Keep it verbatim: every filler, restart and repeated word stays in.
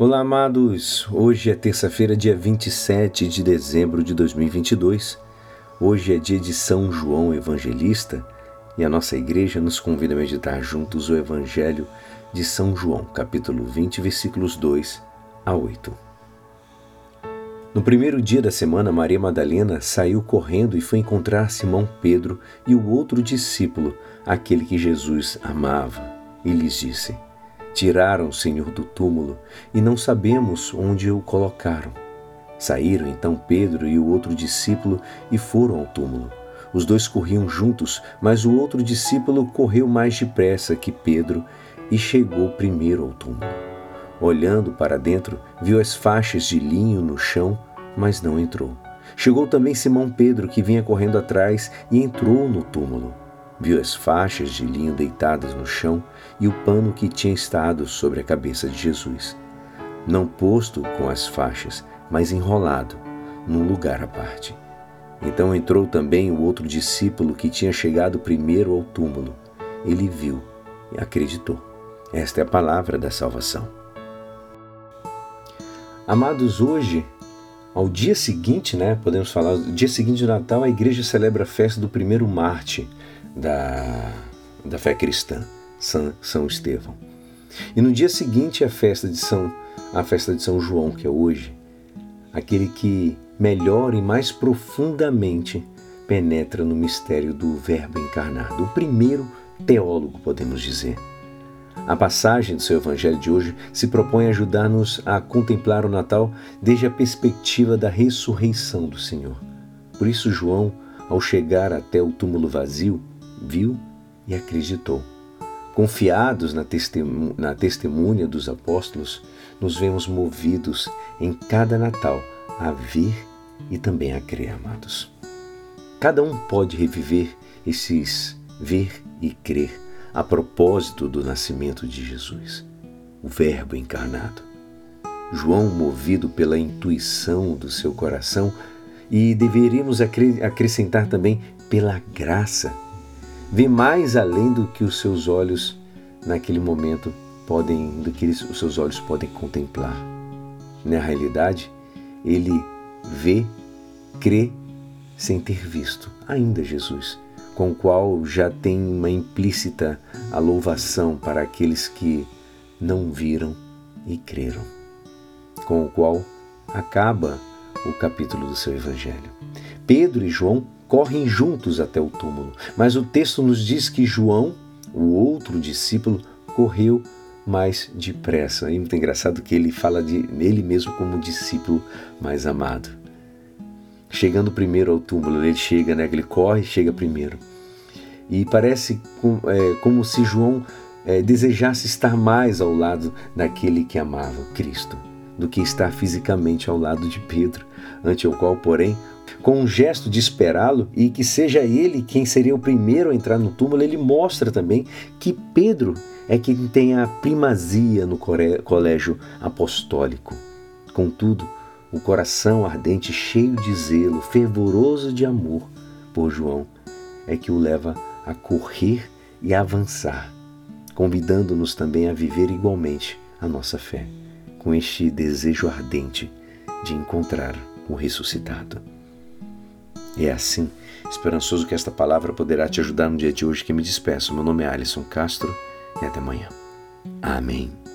Olá, amados! Hoje é terça-feira, dia vinte e sete de dezembro de dois mil e vinte e dois. Hoje é dia de São João Evangelista e a nossa igreja nos convida a meditar juntos o Evangelho de São João, capítulo vinte, versículos dois a oito. No primeiro dia da semana, Maria Madalena saiu correndo e foi encontrar Simão Pedro e o outro discípulo, aquele que Jesus amava, e lhes disse: Tiraram o Senhor do túmulo e não sabemos onde o colocaram. Saíram então Pedro e o outro discípulo e foram ao túmulo. Os dois corriam juntos, mas o outro discípulo correu mais depressa que Pedro e chegou primeiro ao túmulo. Olhando para dentro, viu as faixas de linho no chão, mas não entrou. Chegou também Simão Pedro, que vinha correndo atrás, e entrou no túmulo. Viu as faixas de linho deitadas no chão e o pano que tinha estado sobre a cabeça de Jesus, não posto com as faixas, mas enrolado, num lugar à parte. Então entrou também o outro discípulo que tinha chegado primeiro ao túmulo. Ele viu e acreditou. Esta é a palavra da salvação. Amados, hoje, ao dia seguinte, né, podemos falar, no dia seguinte de Natal, a igreja celebra a festa do primeiro mártir da, da fé cristã, São, São Estevão. E no dia seguinte a festa de São, a festa de São João, que é hoje, aquele que melhor e mais profundamente penetra no mistério do Verbo encarnado, o primeiro teólogo, podemos dizer. A passagem do seu evangelho de hoje se propõe a ajudar-nos a contemplar o Natal desde a perspectiva da ressurreição do Senhor. Por isso João, ao chegar até o túmulo vazio, viu e acreditou. Confiados na, testemunha, na testemunha dos apóstolos, nos vemos movidos em cada Natal a ver e também a crer, amados. Cada um pode reviver esses ver e crer a propósito do nascimento de Jesus, o Verbo encarnado. João, movido pela intuição do seu coração, e deveríamos acrescentar também pela graça, vê mais além do que os seus olhos naquele momento podem, do que os seus olhos podem contemplar. Na realidade, ele vê, crê sem ter visto ainda Jesus, com o qual já tem uma implícita a louvação para aqueles que não viram e creram, com o qual acaba o capítulo do seu evangelho. Pedro e João correm juntos até o túmulo, mas o texto nos diz que João, o outro discípulo, correu mais depressa. É muito engraçado que ele fala de ele mesmo como discípulo mais amado. Chegando primeiro ao túmulo, ele chega, né? Ele corre e chega primeiro. E parece com, é, como se João é, desejasse estar mais ao lado daquele que amava, Cristo, do que estar fisicamente ao lado de Pedro, ante o qual, porém, com um gesto de esperá-lo e que seja ele quem seria o primeiro a entrar no túmulo, ele mostra também que Pedro é quem tem a primazia no colégio apostólico. Contudo, o coração ardente, cheio de zelo, fervoroso de amor por João, é que o leva a correr e a avançar, convidando-nos também a viver igualmente a nossa fé, com este desejo ardente de encontrar o ressuscitado. É assim, esperançoso que esta palavra poderá te ajudar no dia de hoje, que me despeço. Meu nome é Alisson Castro e até amanhã. Amém.